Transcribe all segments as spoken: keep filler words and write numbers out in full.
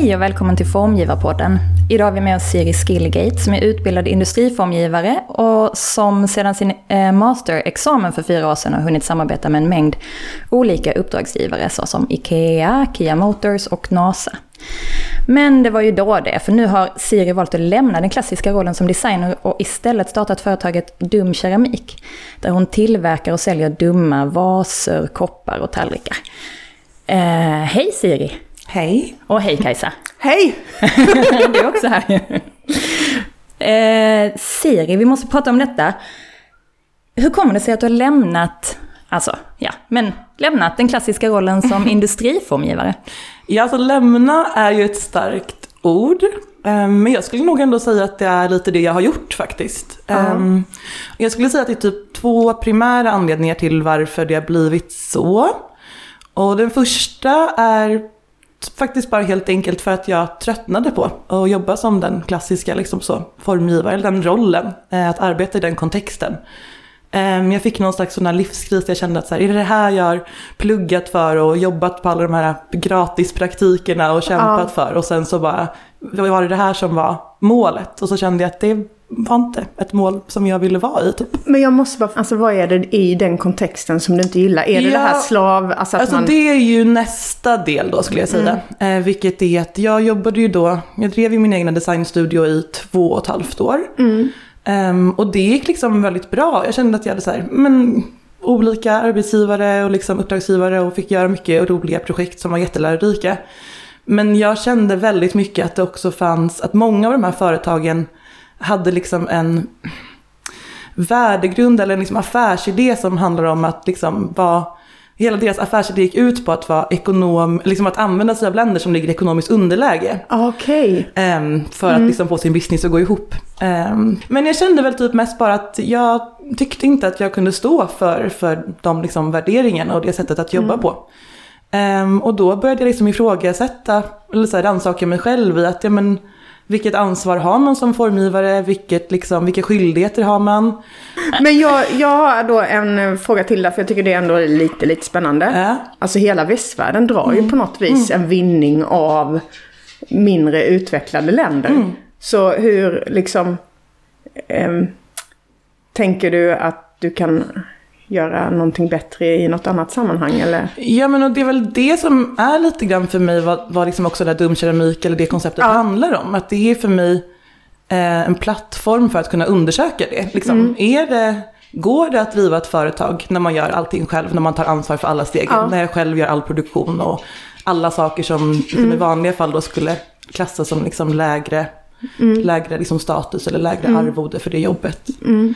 Hej och välkommen till Formgivarpodden. Idag har vi med oss Siri Skillgate som är utbildad industriformgivare och som sedan sin eh, masterexamen för fyra år sedan har hunnit samarbeta med en mängd olika uppdragsgivare såsom IKEA, Kia Motors och NASA. Men det var ju då det, för nu har Siri valt att lämna den klassiska rollen som designer och istället startat företaget Dum Keramik, där hon tillverkar och säljer dumma vaser, koppar och tallrikar. Eh, hej Siri! Hej! Och hej Kajsa! Hej! Du är också här. eh, Siri, vi måste prata om detta. Hur kommer det sig att du har lämnat, alltså, ja, men lämnat den klassiska rollen som industriformgivare? Ja, alltså lämna är ju ett starkt ord. Men jag skulle nog ändå säga att det är lite det jag har gjort faktiskt. Mm. Jag skulle säga att det är typ två primära anledningar till varför det har blivit så. Och den första är faktiskt bara helt enkelt för att jag tröttnade på att jobba som den klassiska liksom så, formgivare, eller den rollen, att arbeta i den kontexten. Jag fick någon slags sån här livskris där jag kände att så här, är det det här jag har pluggat för och jobbat på alla de här gratispraktikerna och kämpat ja. för, och sen så bara var det det här som var målet, och så kände jag att det var inte ett mål som jag ville vara i typ. Men jag måste bara, alltså vad är det i den kontexten som du inte gillar? Är det ja, det här slav? Alltså, att alltså man... det är ju nästa del då skulle jag säga. Mm. Eh, vilket är att jag jobbade ju då, jag drev ju min egna designstudio i två och ett halvt år. Mm. Um, och det gick liksom väldigt bra. Jag kände att jag hade så här, men, olika arbetsgivare och liksom uppdragsgivare och fick göra mycket roliga projekt som var jättelärorika. Men jag kände väldigt mycket att det också fanns, att många av de här företagen hade liksom en värdegrund eller en liksom affärsidé som handlar om att liksom vara, hela deras affärsidé gick ut på att vara ekonom, liksom att använda sig av länder som ligger i ekonomiskt underläge. Okej. Okay. Um, för mm. att liksom få sin business att gå ihop. Um, men jag kände väl typ mest bara att jag tyckte inte att jag kunde stå för, för de liksom värderingarna och det sättet att jobba mm. på. Um, och då började jag liksom ifrågasätta, eller så här, rannsaka mig själv i att, ja men, vilket ansvar har man som formgivare? Vilket, liksom, vilka skyldigheter har man? Men jag, jag har då en fråga till där, för jag tycker det är ändå lite, lite spännande. Äh. Alltså hela västvärlden drar mm. ju på något vis mm. en vinning av mindre utvecklade länder. Mm. Så hur liksom eh, tänker du att du kan göra någonting bättre i något annat sammanhang eller? Ja, men och det är väl det som är lite grann för mig vad, vad liksom också det där Dum Keramik eller det konceptet ja. handlar om. Att det är för mig eh, en plattform för att kunna undersöka det. Liksom, mm. är det, går det att driva ett företag när man gör allting själv, när man tar ansvar för alla steg, ja. när jag själv gör all produktion och alla saker som liksom, mm. i vanliga fall då skulle klassas som liksom lägre, mm. lägre liksom status eller lägre mm. arvode för det jobbet. Mm.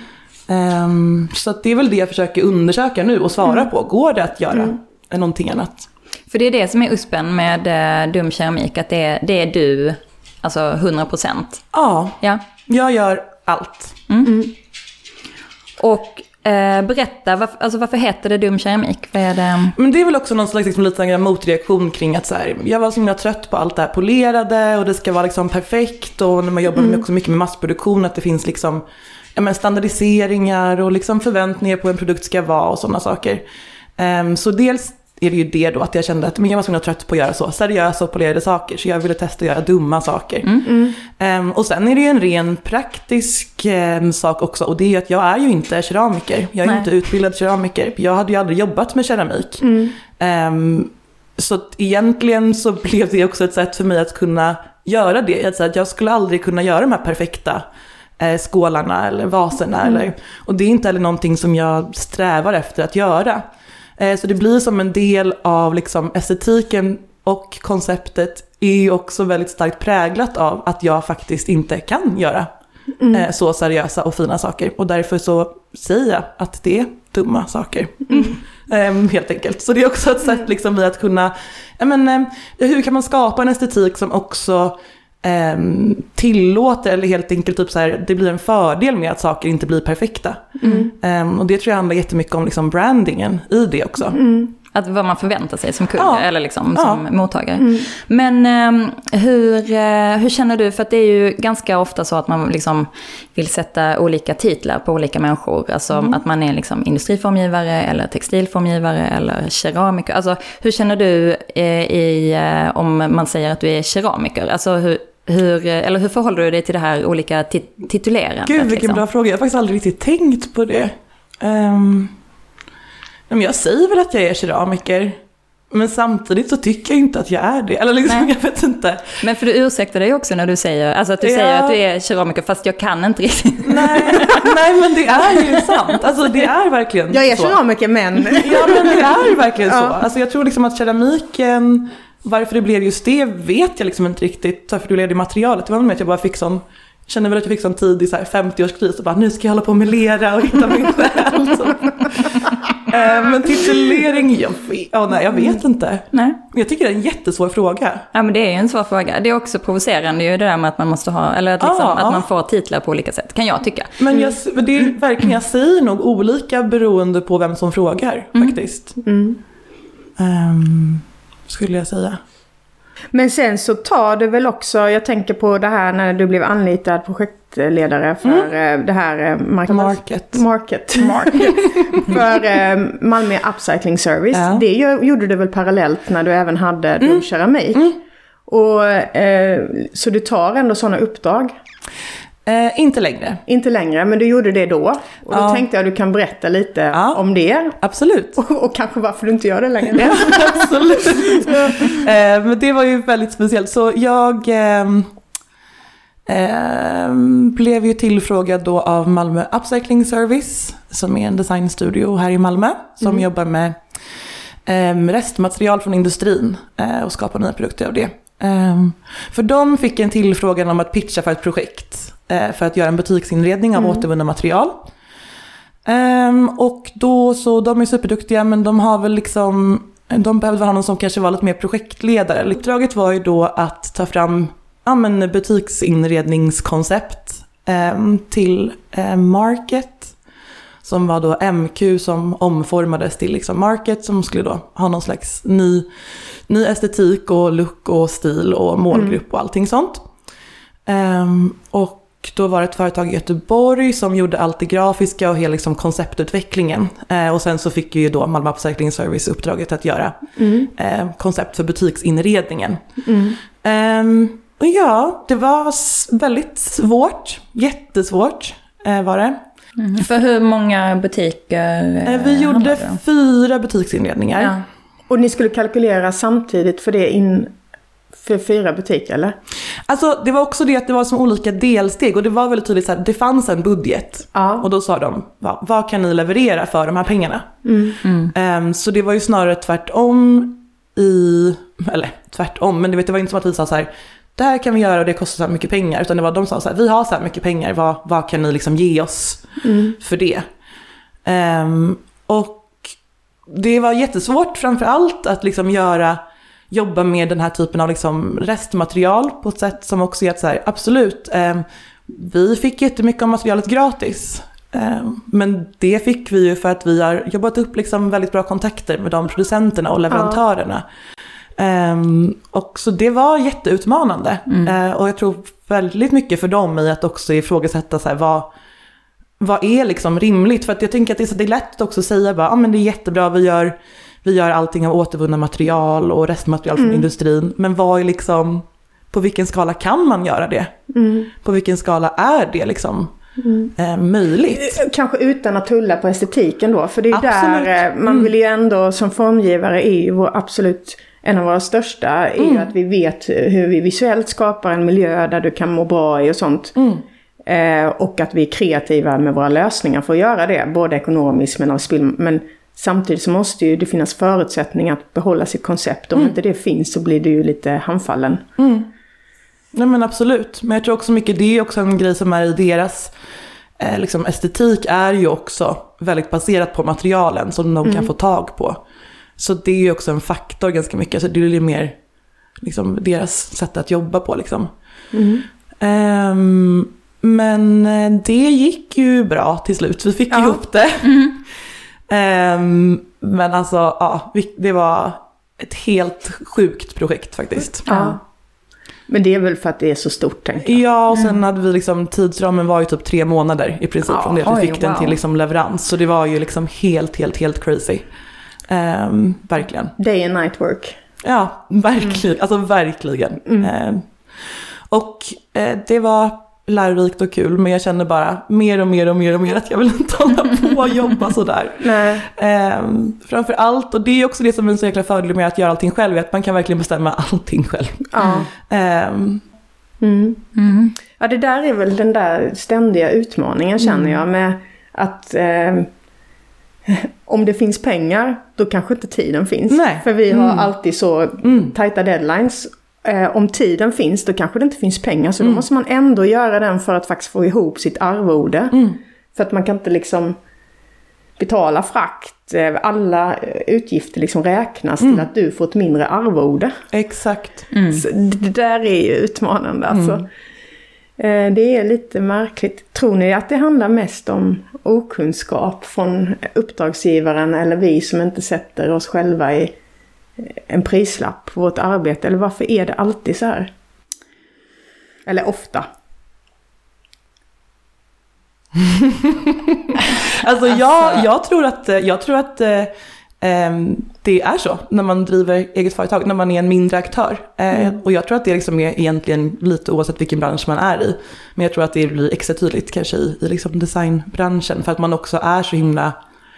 Um, så att det är väl det jag försöker undersöka nu och svara mm. på. Går det att göra mm. någonting annat? För det är det som är uspen med uh, Dum Keramik, att det är, det är du, alltså hundra procent. Ja, ja, jag gör allt. Mm. Mm. Och uh, berätta, varför, alltså varför heter det Dum Keramik? Vad är det? Men det är väl också någon slags liksom, liten motreaktion kring att så här, jag var så himla trött på allt det här polerade och det ska vara liksom perfekt, och när man jobbar mm. också mycket med massproduktion att det finns liksom ja, men standardiseringar och liksom förväntningar på en produkt ska vara och sådana saker. Um, så dels är det ju det då att jag kände att men jag var så trött på att göra så seriösa och polerade saker, så jag ville testa att göra dumma saker. Mm, mm. Um, och sen är det ju en ren praktisk um, sak också, och det är ju att jag är ju inte keramiker. Jag är Nej. inte utbildad keramiker. Jag hade ju aldrig jobbat med keramik. Mm. Um, så att egentligen så blev det också ett sätt för mig att kunna göra det. Att, så att jag skulle aldrig kunna göra de här perfekta skålarna eller vaserna mm. eller, och det är inte heller någonting som jag strävar efter att göra. Så det blir som en del av liksom estetiken, och konceptet är ju också väldigt starkt präglat av att jag faktiskt inte kan göra mm. så seriösa och fina saker, och därför så säger jag att det är dumma saker. Mm. Helt enkelt. Så det är också ett sätt liksom i att kunna ja, men, hur kan man skapa en estetik som också Um, tillåter, eller helt enkelt typ så här, det blir en fördel med att saker inte blir perfekta. Mm. Um, och det tror jag handlar jättemycket om liksom brandingen i det också. Mm. Att vad man förväntar sig som kund, ja. eller liksom ja. som mottagare. Mm. Men eh, hur, eh, hur känner du, för att det är ju ganska ofta så att man liksom vill sätta olika titlar på olika människor. Alltså mm. att man är liksom industriformgivare eller textilformgivare eller keramiker. Alltså hur känner du eh, i, eh, om man säger att du är keramiker? Alltså hur, hur, eller hur förhåller du dig till det här olika tit- titulerandet? Gud, vilken liksom? bra fråga. Jag har faktiskt aldrig riktigt tänkt på det. Um... Men jag säger väl att jag är keramiker. Men samtidigt så tycker jag inte att jag är det. Eller liksom, jag vet inte. Men för du ursäktar dig också när du säger, alltså att du ja. säger att du är keramiker, fast jag kan inte riktigt. Nej, nej men det är ju sant. Alltså det är verkligen jag är så. keramiker, men... Ja, men det är verkligen ja. så. Alltså jag tror liksom att keramiken, varför det blev just det vet jag liksom inte riktigt. Varför det blev det materialet. Det var med att jag bara fick sån... Jag kände väl att jag fick sån tid i så här femtio-årskris och bara, nu ska jag hålla på med lera och hitta min själ. Men titulering, jag vet, oh, nej, jag vet inte. Nej. Jag tycker det är en jättesvår fråga. Ja, men det är ju en svår fråga. Det är också provocerande ju det där med att man måste ha, eller att, liksom, ah, att man får titlar på olika sätt, kan jag tycka. Men jag, det är verkligen, jag säger nog olika beroende på vem som frågar, mm. faktiskt. Mm. Um, skulle jag säga. Men sen så tar det väl också, jag tänker på det här när du blev anlitad projektledare för mm. det här market. Market. Market. Market. för Malmö Upcycling Service. Ja. Det gjorde du väl parallellt när du även hade mm. keramik. Mm. Och, eh, så du tar ändå sådana uppdrag? Eh, inte längre. Inte längre, men du gjorde det då. Och då ja. tänkte jag att du kan berätta lite ja. om det. Absolut. Och, och kanske varför du inte gör det längre. Ja, absolut. eh, men det var ju väldigt speciellt. Så jag eh, eh, blev ju tillfrågad då av Malmö Upcycling Service, som är en designstudio här i Malmö, som mm. jobbar med eh, restmaterial från industrin eh, och skapar nya produkter av det. Eh, för de fick en tillfrågan om att pitcha för ett projekt för att göra en butiksinredning av mm. återvunna material. Um, och då så, de är superduktiga, men de har väl liksom, de behövde ha någon som kanske var lite mer projektledare. Uppdraget var ju då att ta fram ja, men butiksinredningskoncept um, till um, Market, som var då M Q som omformades till liksom Market, som skulle då ha någon slags ny, ny estetik och look och stil och målgrupp mm. och allting sånt. Um, och då var det ett företag i Göteborg som gjorde allt det grafiska och hela liksom konceptutvecklingen. Eh, och sen så fick ju då Malmö Upcycling Service uppdraget att göra mm. eh, koncept för butiksinredningen. Mm. Eh, och ja, det var väldigt svårt. Jättesvårt eh, var det. Mm. För hur många butiker? Eh, vi gjorde fyra butiksinredningar. Ja. Och ni skulle kalkylera samtidigt för det in... För fyra butiker, eller? Alltså, det var också det att det var som olika delsteg. Och det var väldigt tydligt så här, det fanns en budget. Ja. Och då sa de, Va, vad kan ni leverera för de här pengarna? Mm. Mm. Um, så det var ju snarare tvärtom i... Eller tvärtom, men det, vet, det var inte som att vi sa så här, det här kan vi göra och det kostar så här mycket pengar. Utan det var de som sa så här, vi har så här mycket pengar, vad, vad kan ni liksom ge oss mm. för det? Um, och det var jättesvårt framför allt att liksom göra... jobba med den här typen av liksom restmaterial på ett sätt som också gett så här, absolut, eh, vi fick jättemycket av materialet gratis. Eh, men det fick vi ju för att vi har jobbat upp liksom väldigt bra kontakter med de producenterna och leverantörerna. Ja. Eh, och så det var jätteutmanande. Mm. Eh, och jag tror väldigt mycket för dem i att också ifrågasätta så här, vad, vad är liksom rimligt? För att jag tänker att det är så det är lätt också att säga bara, ah, men det är jättebra, vi gör Vi gör allting av återvunna material och restmaterial från mm. industrin. Men vad är liksom, på vilken skala kan man göra det? Mm. På vilken skala är det liksom mm. eh, möjligt? Kanske utan att tulla på estetiken då. För det är absolut. Där man mm. vill ju ändå som formgivare är ju vår absolut, en av våra största är mm. ju att vi vet hur vi visuellt skapar en miljö där du kan må bra i och sånt. Mm. Eh, och att vi är kreativa med våra lösningar för att göra det. Både ekonomiskt men av spill. Men samtidigt så måste ju det finnas förutsättningar att behålla sitt koncept. Om mm. inte det finns så blir det ju lite handfallen. Mm. Nej men absolut. Men jag tror också mycket det är också en grej som är i deras eh, liksom estetik är ju också väldigt baserat på materialen som de mm. kan få tag på. Så det är ju också en faktor ganska mycket. Alltså det är ju mer liksom deras sätt att jobba på liksom. Mm. Um, men det gick ju bra till slut. Vi fick ja. ihop det. Mm. Um, men alltså, ja, det var ett helt sjukt projekt faktiskt. Ja. Men det är väl för att det är så stort, tänker jag. Ja, och sen mm. hade vi liksom, tidsramen var ju typ tre månader i princip ja, från det att vi fick oj, den wow. till liksom leverans. Så det var ju liksom helt, helt, helt crazy. Um, verkligen. Day and night work. Ja, verkligen. Mm. Alltså verkligen. Mm. Um, och uh, det var lärorikt och kul, men jag känner bara mer och mer och mer och mer att jag vill inte hålla på och jobba sådär. Nej. Um, framför allt, och det är också det som är en så jäkla fördel med att göra allting själv, är att man kan verkligen bestämma allting själv. Ja. Um, mm. Mm. Ja, det där är väl den där ständiga utmaningen, känner mm. jag, med att eh, om det finns pengar, då kanske inte tiden finns. Nej. För vi har mm. alltid så mm. tajta deadlines. Eh, om tiden finns, då kanske det inte finns pengar. Så mm. då måste man ändå göra den för att faktiskt få ihop sitt arvode. Mm. För att man kan inte liksom betala frakt. Eh, alla utgifter liksom räknas mm. till att du får ett mindre arvode. Exakt. Mm. Så det där är ju utmanande. Alltså. Mm. Eh, det är lite märkligt. Tror ni att det handlar mest om okunskap från uppdragsgivaren, eller vi som inte sätter oss själva i en prislapp på vårt arbete? Eller varför är det alltid så här? Eller ofta? alltså jag, jag tror att, jag tror att eh, det är så när man driver eget företag, när man är en mindre aktör. Eh, mm. Och jag tror att det liksom är egentligen lite oavsett vilken bransch man är i. Men jag tror att det blir extra tydligt kanske i, i liksom designbranschen, för att man också är så himla...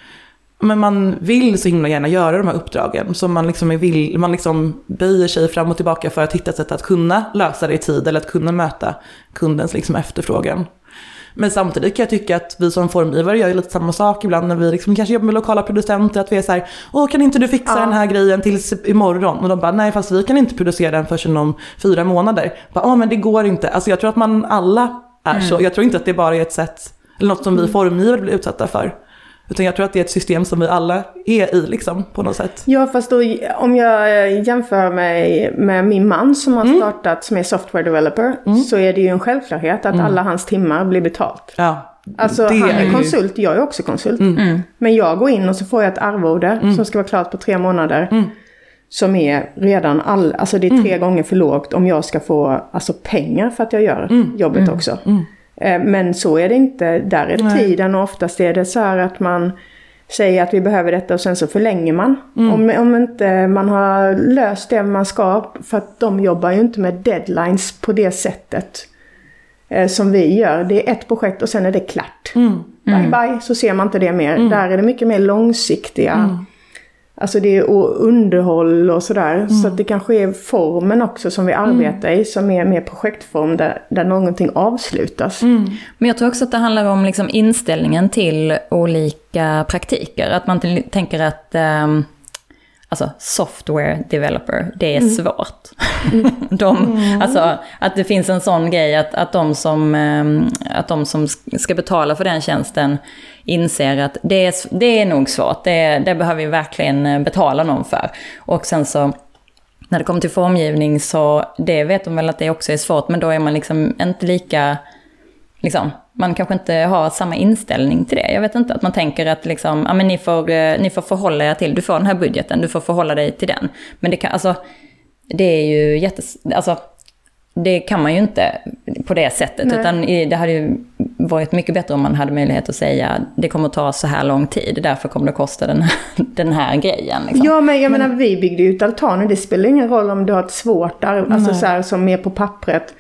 Men man vill så himla gärna göra de här uppdragen. Så man liksom, är vill, man liksom böjer sig fram och tillbaka för att hitta ett sätt att kunna lösa det i tid. Eller att kunna möta kundens liksom efterfrågan. Men samtidigt kan jag tycka att vi som formgivare gör lite samma sak ibland. När vi liksom kanske jobbar med lokala producenter. Att vi är så här, åh, kan inte du fixa ja. den här grejen tills imorgon? Och de bara, nej, fast vi kan inte producera den förrän om fyra månader. Bara, åh, men det går inte. Alltså jag tror att man alla är mm. så. Jag tror inte att det bara är ett sätt, eller något som vi formgivare blir utsatta för. Utan jag tror att det är ett system som vi alla är i liksom, på något sätt. Ja, fast då, om jag jämför mig med min man som har startat, mm. som är software developer, mm. så är det ju en självklarhet att mm. alla hans timmar blir betalt. Ja, alltså han är, är konsult, jag är också konsult. Mm. Men jag går in och så får jag ett arvode mm. som ska vara klart på tre månader. Mm. Som är redan all, alltså det är tre mm. gånger för lågt om jag ska få alltså, pengar för att jag gör mm. jobbet mm. också. Mm. Men så är det inte, där är det Nej. tiden, och oftast är det så här att man säger att vi behöver detta och sen så förlänger man. Mm. Om, om inte man har löst det man ska, för att de jobbar ju inte med deadlines på det sättet eh, som vi gör. Det är ett projekt och sen är det klart. Mm. Mm. Bye bye, så ser man inte det mer. Mm. Där är det mycket mer långsiktiga. Mm. Alltså det är underhåll och sådär. Mm. Så att det kanske är formen också som vi arbetar mm. i, som är mer projektform där, där någonting avslutas. Mm. Men jag tror också att det handlar om liksom inställningen till olika praktiker. Att man t- tänker att um, alltså software developer, det är mm. svårt. Mm. de, mm. Alltså att det finns en sån grej att, att, de som, um, att de som ska betala för den tjänsten inser att det är, det är nog svårt. Det, det behöver vi verkligen betala någon för. Och sen så när det kommer till formgivning, så det vet de väl att det också är svårt. Men då är man liksom inte lika... Liksom, man kanske inte har samma inställning till det. Jag vet inte, att man tänker att liksom, ja, men ni, får, ni får förhålla er till... Du får den här budgeten, du får förhålla dig till den. Men det kan, alltså, det är ju jättes... Alltså, det kan man ju inte på det sättet. Nej. Utan det hade ju varit mycket bättre om man hade möjlighet att säga det kommer att ta så här lång tid, därför kommer det att kosta den här, den här grejen. Liksom. Ja, men jag men, menar, vi byggde ut altaner. Det spelar ingen roll om du har ett svårt arv, alltså så här, som är på pappret.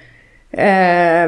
Eh,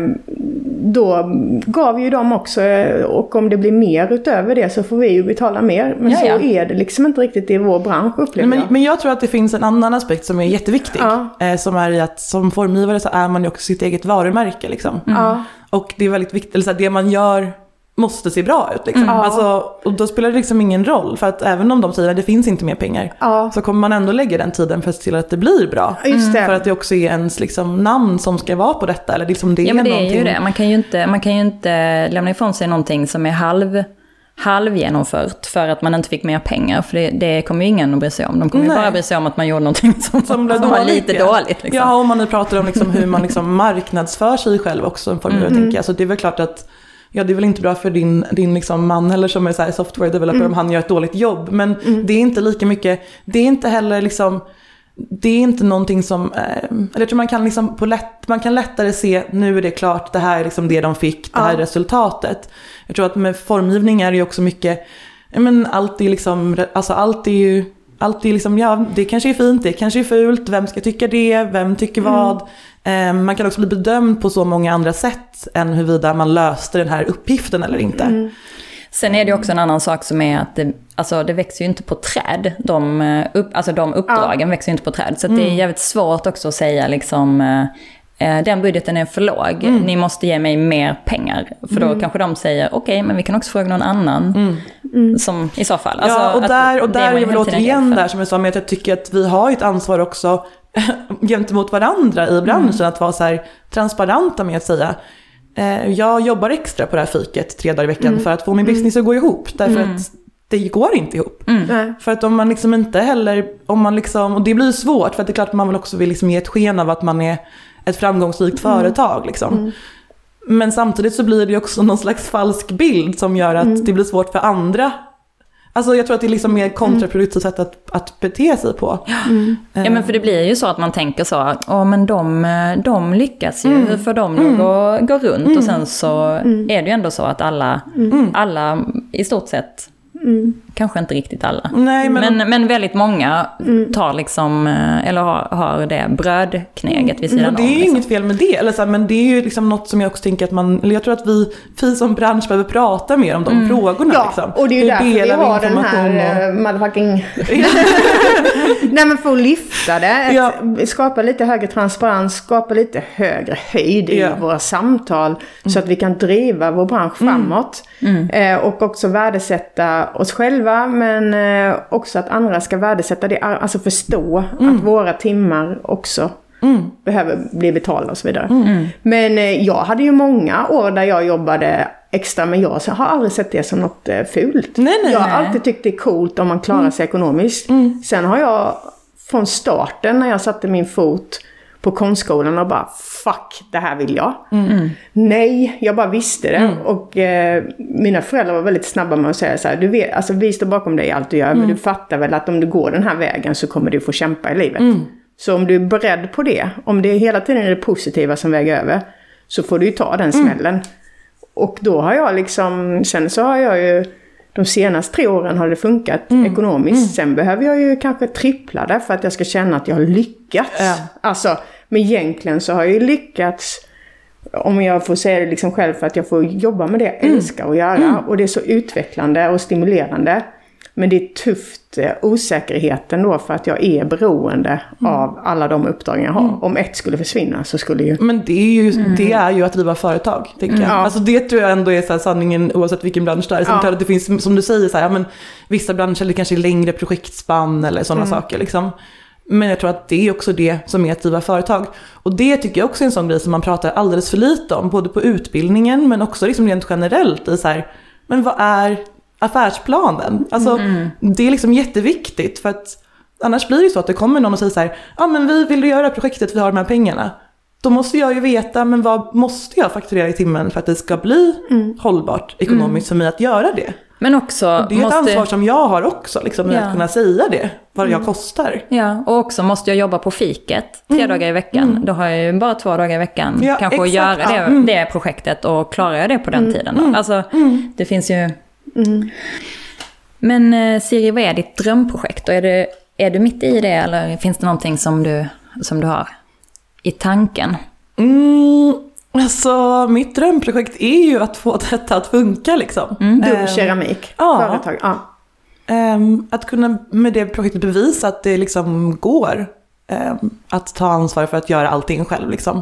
då gav ju de också, och om det blir mer utöver det så får vi ju betala mer. Men ja, så ja. är det liksom inte riktigt i vår bransch, upplever men, jag. Men jag tror att det finns en annan aspekt som är jätteviktig. Ja. Eh, som är i att som formgivare så är man ju också sitt eget varumärke liksom. Mm. Ja. Och det är väldigt viktigt, eller så här, det man gör måste se bra ut liksom. Mm. Alltså, och då spelar det liksom ingen roll, för att även om de säger att det finns inte mer pengar, ja. så kommer man ändå lägga den tiden för att se till att det blir bra. Just det. För att det också är ens liksom namn som ska vara på detta, eller liksom det ja, är men det någonting... är ju det. Man kan ju inte, man kan ju inte lämna ifrån sig någonting som är halv halvgenomfört för att man inte fick mer pengar, för det, det kommer ju ingen att bry sig om. De kommer Nej. ju bara bry sig om att man gjorde någonting som, som, som var lite ja. dåligt. Liksom. Ja, och man nu pratar om liksom hur man liksom marknadsför sig själv också. Mm. Jag tänker. Alltså, det är väl klart att ja det är väl inte bra för din, din liksom man eller som är så här software developer mm. om han gör ett dåligt jobb. Men mm. det är inte lika mycket, det är inte heller liksom, det är inte någonting som, eller jag tror man kan liksom på lätt, man kan lättare se, nu är det klart, det här är liksom det de fick, det här är resultatet. Jag tror att med formgivning är det ju också mycket, men allt är liksom, alltså allt är ju, allt är liksom, ja det kanske är fint, det kanske är fult, vem ska tycka det, vem tycker mm. vad. Um, man kan också bli bedömd på så många andra sätt än huruvida man löste den här uppgiften eller inte. Mm. Sen är det också en annan sak som är att det, alltså det växer ju inte på träd. De, upp, alltså de uppdragen ja. växer ju inte på träd. Så mm. det är jävligt svårt också att säga liksom, eh, den budgeten är för låg. Mm. Ni måste ge mig mer pengar. För då mm. kanske de säger, okej okay, men vi kan också fråga någon annan. Mm. Mm. Som i så fall. Alltså, ja, och där, och där är väl återigen där som jag sa, men jag tycker att vi har ett ansvar också gentemot varandra i branschen mm. att vara så här transparenta med att säga eh, jag jobbar extra på det här fiket tre dagar i veckan mm. för att få min business att gå ihop, därför mm. att det går inte ihop. Mm. För att om man liksom inte heller, om man liksom, och det blir svårt för att det är klart att man väl också vill liksom ge ett sken av att man är ett framgångsrikt mm. företag liksom. Mm. Men samtidigt så blir det också någon slags falsk bild som gör att mm. det blir svårt för andra. Alltså jag tror att det är liksom mer kontraproduktivt sätt att, att bete sig på. Mm. Ja men för det blir ju så att man tänker så, ja men de, de lyckas ju, mm. hur får de mm. gå, gå runt mm. och sen så mm. är det ju ändå så att alla, mm. alla i stort sett, mm. kanske inte riktigt alla, Nej, men... Men, men väldigt många tar liksom, eller har, har det brödknäget vid sidan om. Det är ju liksom. inget fel med det, eller så här, men det är ju liksom något som jag också tänker att man, eller jag tror att vi, vi som bransch behöver prata mer om de mm. frågorna. Ja, liksom. Och det är ju därför vi har den här och... motherfucking... Nej men för att lyfta det, ja. skapa lite högre transparens, skapa lite högre höjd i ja. våra samtal mm. så att vi kan driva vår bransch mm. framåt. Mm. Eh, och också värdesätta oss själva, men eh, också att andra ska värdesätta det, alltså förstå mm. att våra timmar också mm. behöver bli betalda och så vidare. Mm. Men eh, jag hade ju många år där jag jobbade extra, men jag har aldrig sett det som något eh, fult. Nej, nej, jag har nej. alltid tyckt det är coolt om man klarar mm. sig ekonomiskt. Mm. Sen har jag från starten när jag satte min fot på konstskolan och bara, fuck, det här vill jag. Mm. Nej, jag bara visste det. Mm. Och eh, mina föräldrar var väldigt snabba med att säga så här, du vet, alltså vi står bakom dig i allt du gör, mm. men du fattar väl att om du går den här vägen så kommer du få kämpa i livet. Mm. Så om du är beredd på det, om det hela tiden är det positiva som väger över, så får du ju ta den smällen. Mm. Och då har jag liksom, sen så har jag ju, de senaste tre åren har det funkat mm. ekonomiskt. Mm. Sen behöver jag ju kanske trippla det för att jag ska känna att jag har lyckats. Ja. Alltså, men egentligen så har jag ju lyckats, om jag får säga det liksom själv, för att jag får jobba med det jag mm. älskar att göra. Mm. Och det är så utvecklande och stimulerande. Men det är tufft, osäkerheten då, för att jag är beroende mm. av alla de uppdrag jag har. Mm. Om ett skulle försvinna så skulle ju... Men det är ju, mm. det är ju att driva företag, tänker jag. Mm. Alltså det tror jag ändå är så här sanningen oavsett vilken bransch det är. Ja. Att det finns, som du säger, så här, ja, men vissa branscher, det kanske är längre projektspann eller sådana mm. saker liksom. Men jag tror att det är också det som är att driva företag. Och det tycker jag också är en sån grej som man pratar alldeles för lite om. Både på utbildningen men också liksom rent generellt i så här, men vad är affärsplanen? Alltså mm. det är liksom jätteviktigt, för att annars blir det så att det kommer någon och säger så här, ja men vi vill göra projektet, vi har de här pengarna. Då måste jag ju veta, men vad måste jag fakturera i timmen för att det ska bli mm. hållbart ekonomiskt mm. för mig att göra det? Men också och det är måste... ett ansvar som jag har också, liksom, ja. att kunna säga det, vad jag kostar. Ja, och också måste jag jobba på fiket tre mm. dagar i veckan. Mm. Då har jag ju bara två dagar i veckan ja, kanske exakt. att göra det, mm. det projektet, och klarar jag det på den mm. tiden då? Mm. Alltså, mm. det finns ju... Mm. Men Siri, vad är ditt drömprojekt? Och är du, är du mitt i det, eller finns det någonting som du, som du har i tanken? Mm. Alltså, mitt drömprojekt är ju att få detta att funka liksom. Mm. Du, keramik, ja. företag. Ja. Um, att kunna med det projektet bevisa att det liksom går um, att ta ansvar för att göra allting själv liksom.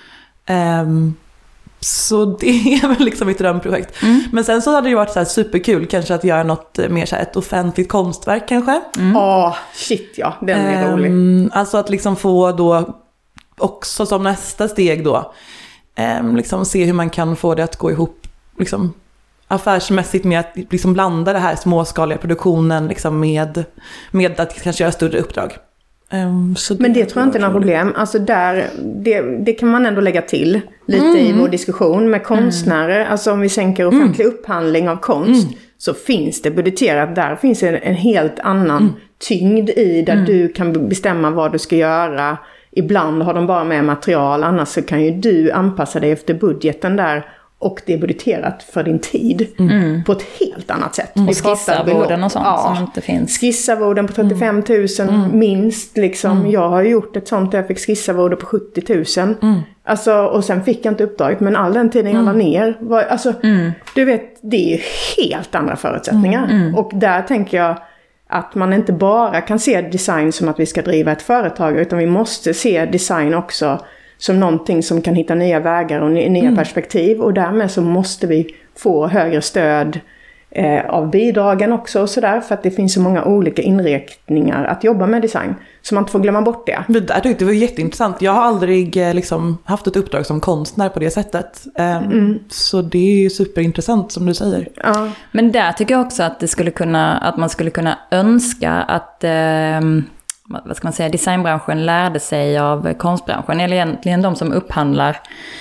Um, så det är väl liksom mitt drömprojekt. Mm. Men sen så hade det ju varit så här superkul kanske att göra något mer så här, ett offentligt konstverk kanske. Ja, mm. oh, shit ja, den är um, rolig. Alltså att liksom få då också som nästa steg då Um, liksom se hur man kan få det att gå ihop liksom, affärsmässigt med att liksom, blanda det här småskaliga produktionen liksom, med, med att kanske göra större uppdrag. Um, så det Men det tror jag inte är något problem. Alltså där, det, det kan man ändå lägga till lite mm. i vår diskussion med konstnärer. Mm. Alltså om vi sänker offentlig mm. upphandling av konst mm. så finns det budgeterat. Där finns en, en helt annan mm. tyngd i där mm. du kan bestämma vad du ska göra. Ibland har de bara med material, annars så kan ju du anpassa dig efter budgeten där. Och det är budgeterat för din tid mm. på ett helt annat sätt. Mm. Och skissarvården och sånt ja, som inte finns. Skissarvården på trettiofem tusen mm. minst. Liksom. Mm. Jag har gjort ett sånt där jag fick skissarvården på sjuttio tusen. Mm. Alltså, och sen fick jag inte uppdraget. Men all den tiden jag mm. la ner. Var, alltså, mm. du vet, det är helt andra förutsättningar. Mm. Mm. Och där tänker jag att man inte bara kan se design som att vi ska driva ett företag. Utan vi måste se design också som någonting som kan hitta nya vägar och nya mm. perspektiv. Och därmed så måste vi få högre stöd eh, av bidragen också. Och sådär, för att det finns så många olika inriktningar att jobba med design. Så man inte får glömma bort det. Det där tyckte jag var jätteintressant. Jag har aldrig eh, liksom, haft ett uppdrag som konstnär på det sättet. Eh, mm. Så det är ju superintressant som du säger. Ja. Men där tycker jag också att, det skulle kunna, att man skulle kunna önska att... Eh, vad ska man säga, designbranschen lärde sig av konstbranschen, eller egentligen de som upphandlar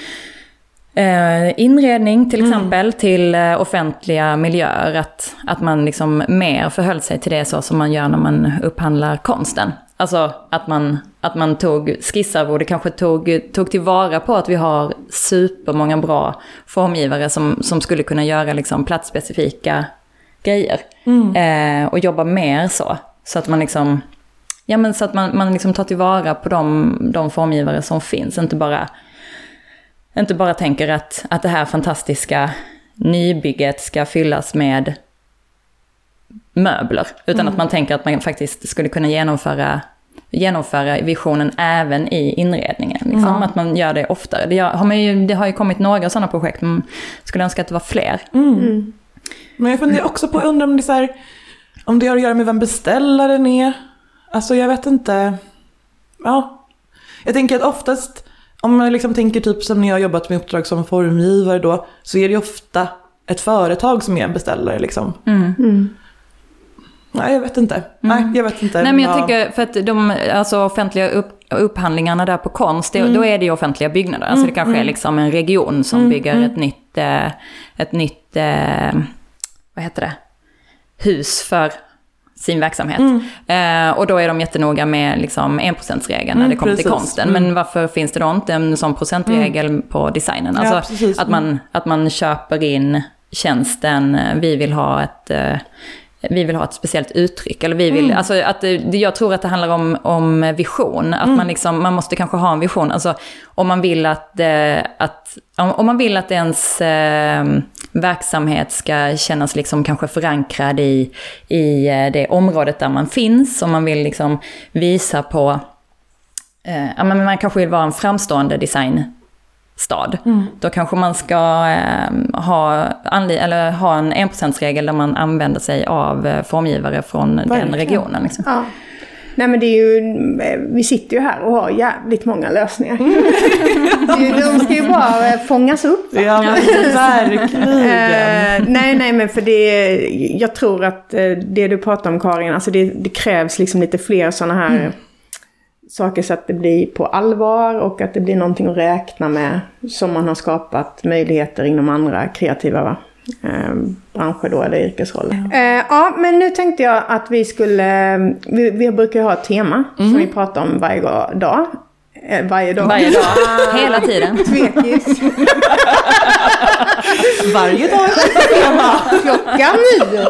eh, inredning till exempel mm. till eh, offentliga miljöer, att, att man liksom mer förhöll sig till det så som man gör när man upphandlar konsten. Alltså att man, att man tog skissarvård, det kanske tog, tog tillvara på att vi har supermånga bra formgivare som, som skulle kunna göra liksom platsspecifika grejer mm. eh, och jobba mer så, så att man liksom Ja, men så att man, man liksom tar tillvara på de, de formgivare som finns. Inte bara, inte bara tänker att, att det här fantastiska nybygget ska fyllas med möbler. Utan mm. att man tänker att man faktiskt skulle kunna genomföra, genomföra visionen även i inredningen. Liksom. Mm. Att man gör det oftare. Det har, man ju, det har ju kommit några sådana projekt. Man skulle önska att det var fler. Mm. Mm. Men jag funderar också på, undrar om det, så här, om det har att göra med vem beställaren är. Alltså jag vet inte, ja, jag tänker att oftast, om man liksom tänker typ som när jag har jobbat med uppdrag som formgivare då, så är det ofta ett företag som är en beställare liksom. Mm. Mm. Nej, jag vet inte. Mm. Nej, jag vet inte. Nej, men jag ja. tycker, för att de alltså, offentliga upp, upphandlingarna där på konst, det, mm. då är det ju offentliga byggnader. Alltså det kanske mm. är liksom en region som mm. bygger mm. ett nytt, eh, ett nytt eh, vad heter det, hus för sin verksamhet. Mm. Eh, och då är de jättenoga med liksom en procent-regeln när mm, det kommer precis. till konsten. Mm. Men varför finns det då inte en sån procentregel mm. på designen? Alltså ja, att, man, att man köper in tjänsten, vi vill ha ett... Eh, vi vill ha ett speciellt uttryck. Eller vi vill, mm. alltså att, jag tror att det handlar om, om vision. Att mm. man, liksom, man måste kanske ha en vision. Alltså, om, man vill att, eh, att, om man vill att ens eh, verksamhet ska kännas liksom kanske förankrad i, i det området där man finns. Om man vill liksom visa på... Eh, ja, men man kanske vill vara en framstående design stad. Mm. Då kanske man ska eh, ha, anli- eller ha en en procent-regel där man använder sig av eh, formgivare från Verkligen. den regionen. Liksom. Ja. Nej, men det är ju, vi sitter ju här och har jävligt många lösningar. De ska ju bara fångas upp. Va? Ja, men verkligen. uh, nej, nej, men för det, jag tror att det du pratar om, Karin, alltså det, det krävs liksom lite fler sådana här mm. saker så att det blir på allvar och att det blir någonting att räkna med som man har skapat möjligheter inom andra kreativa va? Eh, branscher då eller yrkesroller. Ja. Eh, ja, men nu tänkte jag att vi skulle, vi, vi brukar ha ett tema mm. som vi pratar om varje dag. Eh, varje dag. Varje dag, hela tiden. Tvekis. Varje dag. Klockan nio.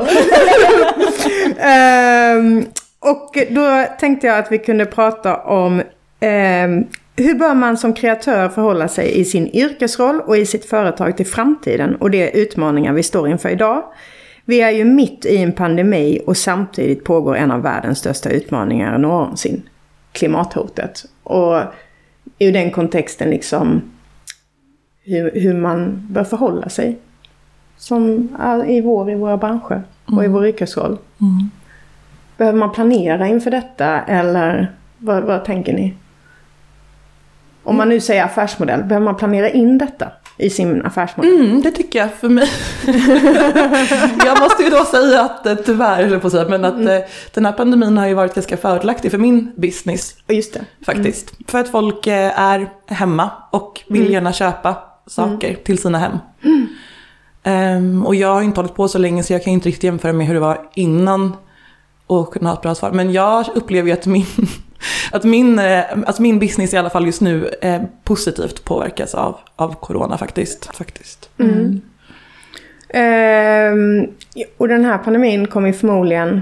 eh, Och då tänkte jag att vi kunde prata om eh, hur bör man som kreatör förhålla sig i sin yrkesroll och i sitt företag till framtiden och de utmaningar vi står inför idag. Vi är ju mitt i en pandemi och samtidigt pågår en av världens största utmaningar någonsin, klimathotet. Och i den kontexten liksom hur, hur man bör förhålla sig som i, vår, i våra branscher och i vår yrkesroll. Mm. Behöver man planera inför detta eller vad, vad tänker ni? Om man nu säger affärsmodell, behöver man planera in detta? i sin affärsmodell. Mm, det tycker jag för mig. Jag måste ju då säga att tyvärr, på säga, men att mm. den här pandemin har ju varit ganska fördelaktig för min business. Just det. Faktiskt. Mm. För att folk är hemma och vill mm. gärna köpa saker mm. till sina hem. Mm. Um, och jag har inte hållit på så länge så jag kan inte riktigt jämföra med hur det var innan och kunna ha ett bra svar. Men jag upplever ju att min, att min, alltså min business i alla fall just nu eh, positivt påverkas av, av corona faktiskt. faktiskt. Mm. Mm. Um, och den här pandemin kommer förmodligen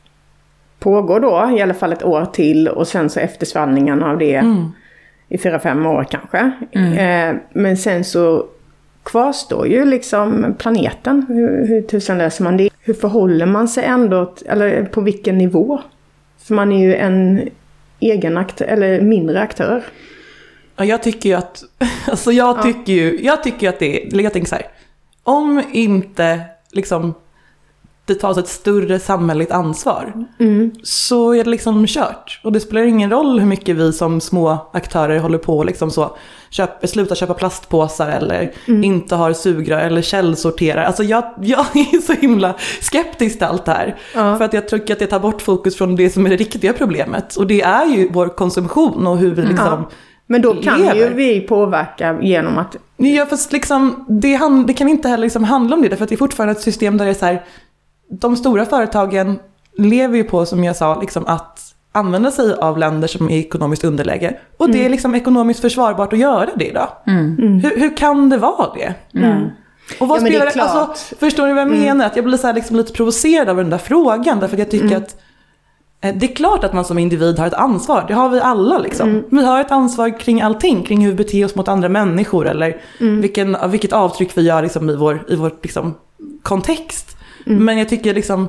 pågå då i alla fall ett år till och sen så eftersvallningarna av det mm. i fyra, fem år kanske. Mm. Uh, men sen så kvarstår ju liksom planeten. Hur, hur tusen löser man det? Hur förhåller man sig ändå, eller på vilken nivå? För man är ju en egen aktör, eller mindre aktör. Ja, jag tycker ju att, alltså jag tycker ja. ju, jag tycker att det är, jag tänker så här, om inte liksom det tas ett större samhälleligt ansvar mm. så är det liksom kört. Och det spelar ingen roll hur mycket vi som små aktörer håller på liksom så köp, sluta köpa plastpåsar eller mm. inte har sugrör eller källsorterar. Alltså jag, jag är så himla skeptisk till allt det här. Ja. För att jag tycker att det tar bort fokus från det som är det riktiga problemet. Och det är ju vår konsumtion och hur vi liksom ja. Men då kan lever. ju vi påverka genom att... Ja, fast liksom, det, hand, det kan inte heller liksom handla om det. För att det är fortfarande ett system där det är så här... De stora företagen lever ju på, som jag sa, liksom att använda sig av länder som är ekonomiskt underläge. Och mm. det är liksom ekonomiskt försvarbart att göra det då. Mm. Mm. Hur, hur kan det vara det? Mm. Och vad ja, spelar det? Alltså, förstår du vad jag mm. menar? Att jag blir så här liksom lite provocerad av den där frågan. Därför att jag tycker mm. att eh, det är klart att man som individ har ett ansvar. Det har vi alla liksom. Mm. Vi har ett ansvar kring allting. Kring hur vi beter oss mot andra människor. Eller mm. vilken, vilket avtryck vi gör liksom, i vår, i vår liksom, kontext. Mm. Men jag tycker liksom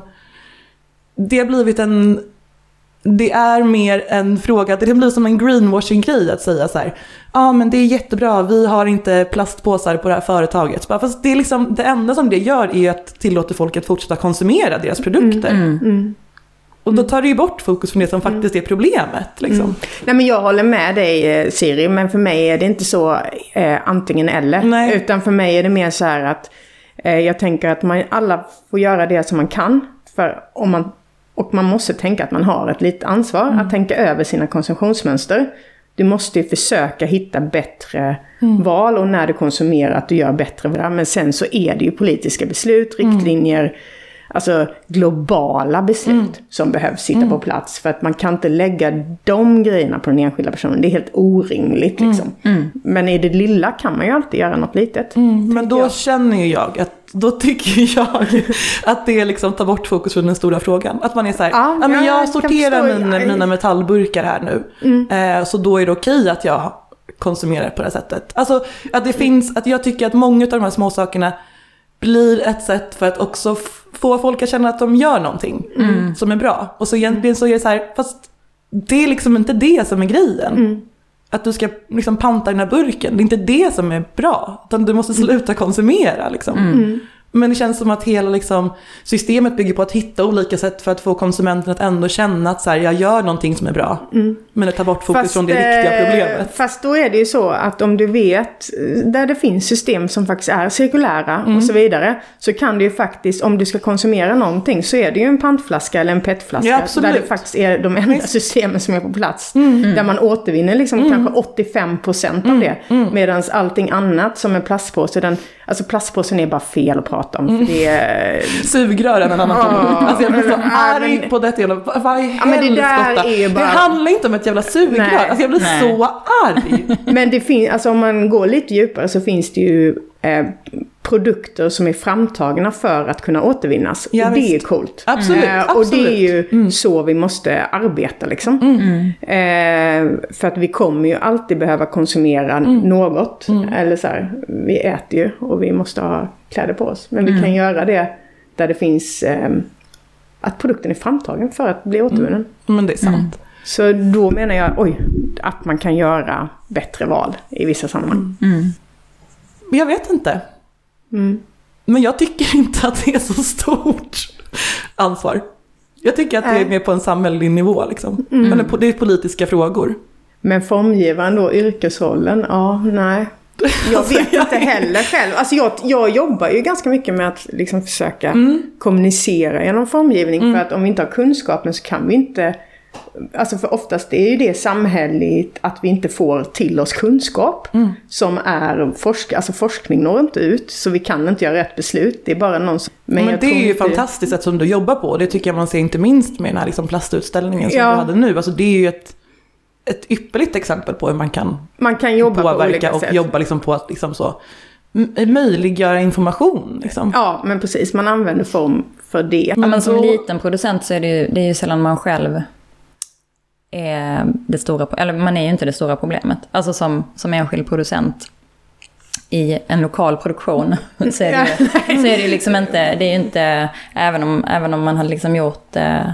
det har blivit en det är mer en fråga, det blir som en greenwashing-grej att säga så här, ja ah, men det är jättebra, vi har inte plastpåsar på det här företaget. Fast det är liksom, det enda som det gör är att tillåta folk att fortsätta konsumera deras produkter. Mm. Mm. Mm. Och då tar det ju bort fokus från det som faktiskt är problemet. Liksom. Mm. Nej, men jag håller med dig, Siri, men för mig är det inte så eh, antingen eller. Nej. Utan för mig är det mer så här att eh, jag tänker att man alla får göra det som man kan. För om man, och man måste tänka att man har ett litet ansvar mm. att tänka över sina konsumtionsmönster. Du måste ju försöka hitta bättre mm. val och när du konsumerar att du gör bättre. Men sen så är det ju politiska beslut, riktlinjer, mm. alltså globala beslut mm. som behövs sitta mm. på plats. För att man kan inte lägga de grejerna på den enskilda personen. Det är helt orimligt liksom. Mm. Mm. Men i det lilla kan man ju alltid göra något litet. Mm. Men då jag. känner ju jag att då tycker jag att det liksom tar bort fokus från den stora frågan. Att man är så här, ja, ja, men jag, jag sorterar mina, mina metallburkar här nu. Mm. Eh, så då är det okej att jag konsumerar på det sättet. Alltså att det finns, att jag tycker att många av de här små sakerna blir ett sätt för att också f- få folk att känna att de gör någonting mm. som är bra. Och så egentligen så är det så här, fast det är liksom inte det som är grejen. Mm. Att du ska liksom panta den här burken, det är inte det som är bra. Utan du måste sluta konsumera liksom. Mm. Men det känns som att hela liksom, systemet bygger på att hitta olika sätt för att få konsumenten att ändå känna att så här, jag gör någonting som är bra. Mm. Men det tar bort fokus fast, från det riktiga problemet. Fast då är det ju så att om du vet där det finns system som faktiskt är cirkulära mm. och så vidare, så kan du ju faktiskt, om du ska konsumera någonting, så är det ju en pantflaska eller en petflaska ja, där det faktiskt är de enda mm. systemen som är på plats. Mm. Där man återvinner liksom mm. kanske åttiofem procent av det. Mm. Medan allting annat som är plastpåse, den, alltså plastpåsen är bara fel att prata om. För det är... Sugrören en annan oh, alltså jag blir så arg men... på detta jävla... Vad är ja, men det där är ju bara... Det handlar inte om ett jävla sugrör. Nej. Alltså jag blir Nej. så arg. Men det finns, alltså om man går lite djupare så finns det ju eh, produkter som är framtagna för att kunna återvinnas. Ja, och det är coolt. Absolut, eh, och absolut. det är ju mm. så vi måste arbeta liksom. Mm. Eh, för att vi kommer ju alltid behöva konsumera mm. något. Mm. Eller så här, vi äter ju och vi måste ha kläder på oss. Men vi mm. kan göra det där det finns eh, att produkten är framtagen för att bli återvunnen. Mm. Men det är sant. Mm. Så då menar jag oj, att man kan göra bättre val i vissa sammanhang. Mm. Jag vet inte. Mm. Men jag tycker inte att det är så stort ansvar. Jag tycker att det är mer på en samhällelig nivå liksom. Mm. Eller på, det är politiska frågor. Men formgivaren då, yrkesrollen, ja, nej. Jag vet inte heller själv. Alltså jag, jag jobbar ju ganska mycket med att liksom försöka mm. kommunicera genom formgivning. Mm. För att om vi inte har kunskapen så kan vi inte... Alltså för oftast är ju det samhälleligt att vi inte får till oss kunskap mm. som är forsk, alltså forskning når inte ut, så vi kan inte göra rätt beslut. Det är bara någon som... Men, men det är ju inte... fantastiskt att som du jobbar på. Det tycker jag man ser inte minst med den här liksom plastutställningen som ja. du hade nu. Alltså det är ju ett, ett ypperligt exempel på hur man kan, man kan jobba påverka på olika och sätt. jobba liksom på att liksom så möjliggöra information. Liksom. Ja, men precis. Man använder form för det. Ja, men som liten producent så är det ju, det är ju sällan man själv är det stora, eller man är ju inte det stora problemet. Alltså som, som enskild producent i en lokal produktion så är det ju, så är det ju liksom inte, det är ju inte, även om, även om man hade liksom gjort eh,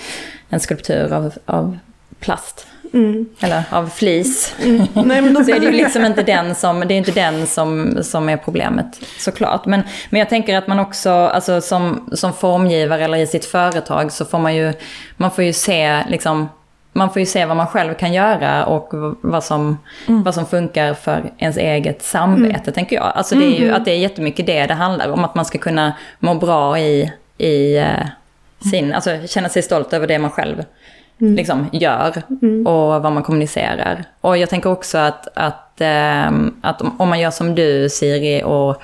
en skulptur av, av plast. Mm. Eller av flis. Mm. Nej, men då... så är det ju liksom inte den som, det är inte den som, som är problemet, såklart. Men, men jag tänker att man också, alltså som, som formgivare eller i sitt företag så får man ju, man får ju se liksom, man får ju se vad man själv kan göra och vad som, mm. vad som funkar för ens eget samvete, mm. tänker jag. Alltså det är ju mm. att det är jättemycket det det handlar om, att man ska kunna må bra i, i uh, sin, alltså känna sig stolt över det man själv mm. liksom gör mm. och vad man kommunicerar. Och jag tänker också att, att, um, att om man gör som du, Siri, och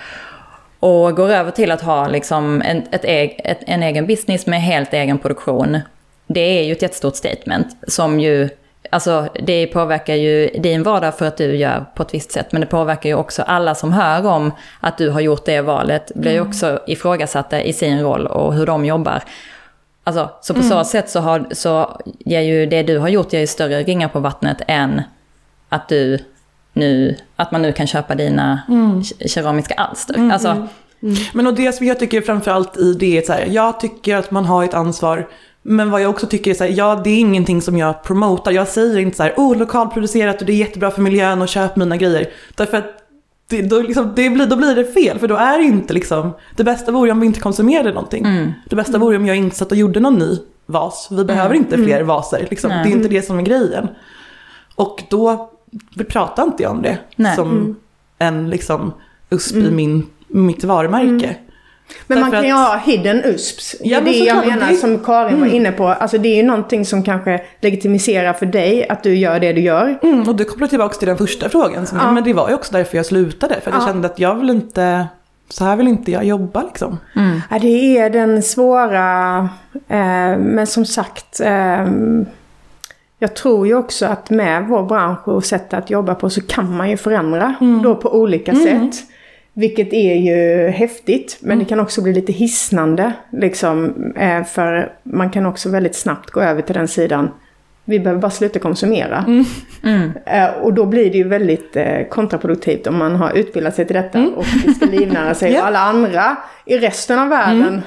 och går över till att ha liksom en, ett eg, ett, en egen business med helt egen produktion, det är ju ett jättestort statement som ju, alltså det påverkar ju din vardag för att du gör på ett visst sätt, men det påverkar ju också alla som hör om att du har gjort det valet, blir ju också ifrågasatta i sin roll och hur de jobbar. Alltså, så på mm. så sätt så, har, så ger ju det du har gjort ger ju större ringar på vattnet än att du nu, att man nu kan köpa dina mm. keramiska alster. Mm. Alltså, mm. Men och det som jag tycker framförallt i det är så här, jag tycker att man har ett ansvar. Men vad jag också tycker är så här, ja, det är ingenting som jag promotar. Jag säger inte så här, oh, lokalproducerat och det är jättebra för miljön och köp mina grejer. Därför att det, då, liksom, det blir, då blir det fel, för då är det inte liksom, det bästa vore om vi inte konsumerade någonting. Mm. Det bästa vore om jag inte satt och gjorde någon ny vas. Vi behöver mm. inte fler mm. vaser. Liksom. Det är inte det som är grejen. Och då pratar inte jag om det Nej. som mm. en liksom U S P mm. i min, mitt varumärke. Mm. Men Därför man kan ju att... ha hidden U S Ps. Ja, det är det jag menar det... som Karin mm. var inne på. Alltså det är ju någonting som kanske legitimiserar för dig att du gör det du gör. Mm, och det kopplar tillbaka till den första frågan. Som, ja. Men det var ju också därför jag slutade. För ja. jag kände att jag vill inte, så här vill inte jag jobba liksom. Mm. Ja, det är den svåra, eh, men som sagt, eh, jag tror ju också att med vår bransch och sätt att jobba på så kan man ju förändra mm. då på olika mm. sätt. Vilket är ju häftigt, men mm. det kan också bli lite hisnande. Liksom, eh, för man kan också väldigt snabbt gå över till den sidan. Vi behöver bara sluta konsumera. Mm. Mm. Eh, och då blir det ju väldigt eh, kontraproduktivt om man har utbildat sig till detta. Mm. Och det ska livnära sig. yeah. Och alla andra i resten av världen mm.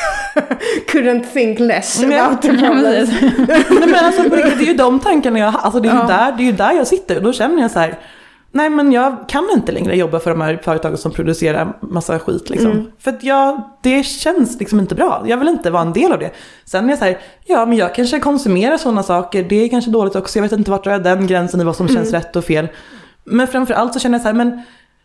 couldn't think less mm. about the problems. Nej, men alltså, det är ju de tankarna jag har. Alltså, det, är ju ja. där, det är ju där jag sitter. Och då känner jag så här... Nej, men jag kan inte längre jobba för de här företagen som producerar massa skit liksom. Mm. För att jag, det känns liksom inte bra. Jag vill inte vara en del av det. Sen är jag så här, ja men jag kanske konsumerar sådana saker. Det är kanske dåligt också. Jag vet inte vart jag är den gränsen i vad som mm. känns rätt och fel. Men framförallt så känner jag så här, men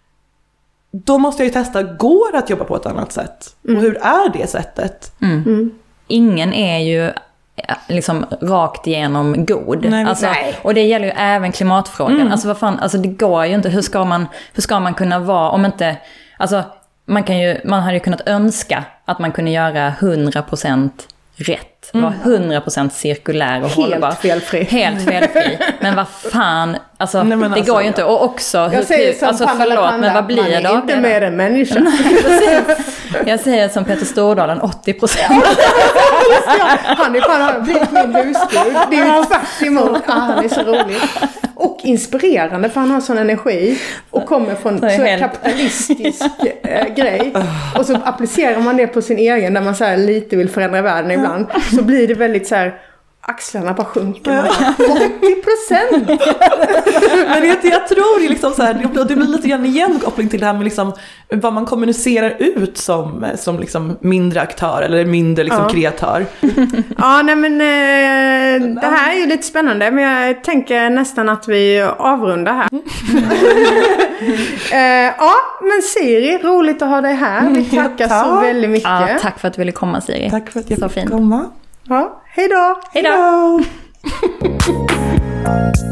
då måste jag ju testa, går att jobba på ett annat sätt? Mm. Och hur är det sättet? Mm. Mm. Ingen är ju... liksom rakt igenom god. Nej, alltså, och det gäller ju även klimatfrågan. Mm. Alltså vad fan, alltså det går ju inte. Hur ska man, hur ska man kunna vara om inte, alltså man kan ju, man hade ju kunnat önska att man kunde göra hundra procent rätt. Mm. Vara hundra procent cirkulär och hållbar. Helt felfri. Helt felfri. Men vad fan, alltså Nej, det alltså, går ju inte. Och också, jag hur, säger som alltså Pamela förlåt, Panda, men vad blir det då? Man är inte mer än människa. Jag säger som Peter Stordalen, åttio procent. Han är fan blivit min husgud. Det är ju tvärt emot. Ah, han är så rolig. Och inspirerande, för han har sån energi. Och kommer från så en kapitalistisk äh, grej. Och så applicerar man det på sin egen, där man så här lite vill förändra världen ibland. Så blir det väldigt så här, axlarna bara sjunker. åttio procent! Men det, jag tror det, liksom så här, det blir lite grann igen koppling till det här med liksom, vad man kommunicerar ut som, som liksom mindre aktör eller mindre liksom ja. kreatör. Ja, nej men det här är ju lite spännande, men jag tänker nästan att vi avrundar här. uh, ja, men Siri, roligt att ha dig här. Vi tackar ja, så väldigt mycket. Ja, tack för att du ville komma, Siri. Tack för att jag så fick fint. komma. Ja, hej då. Hej då.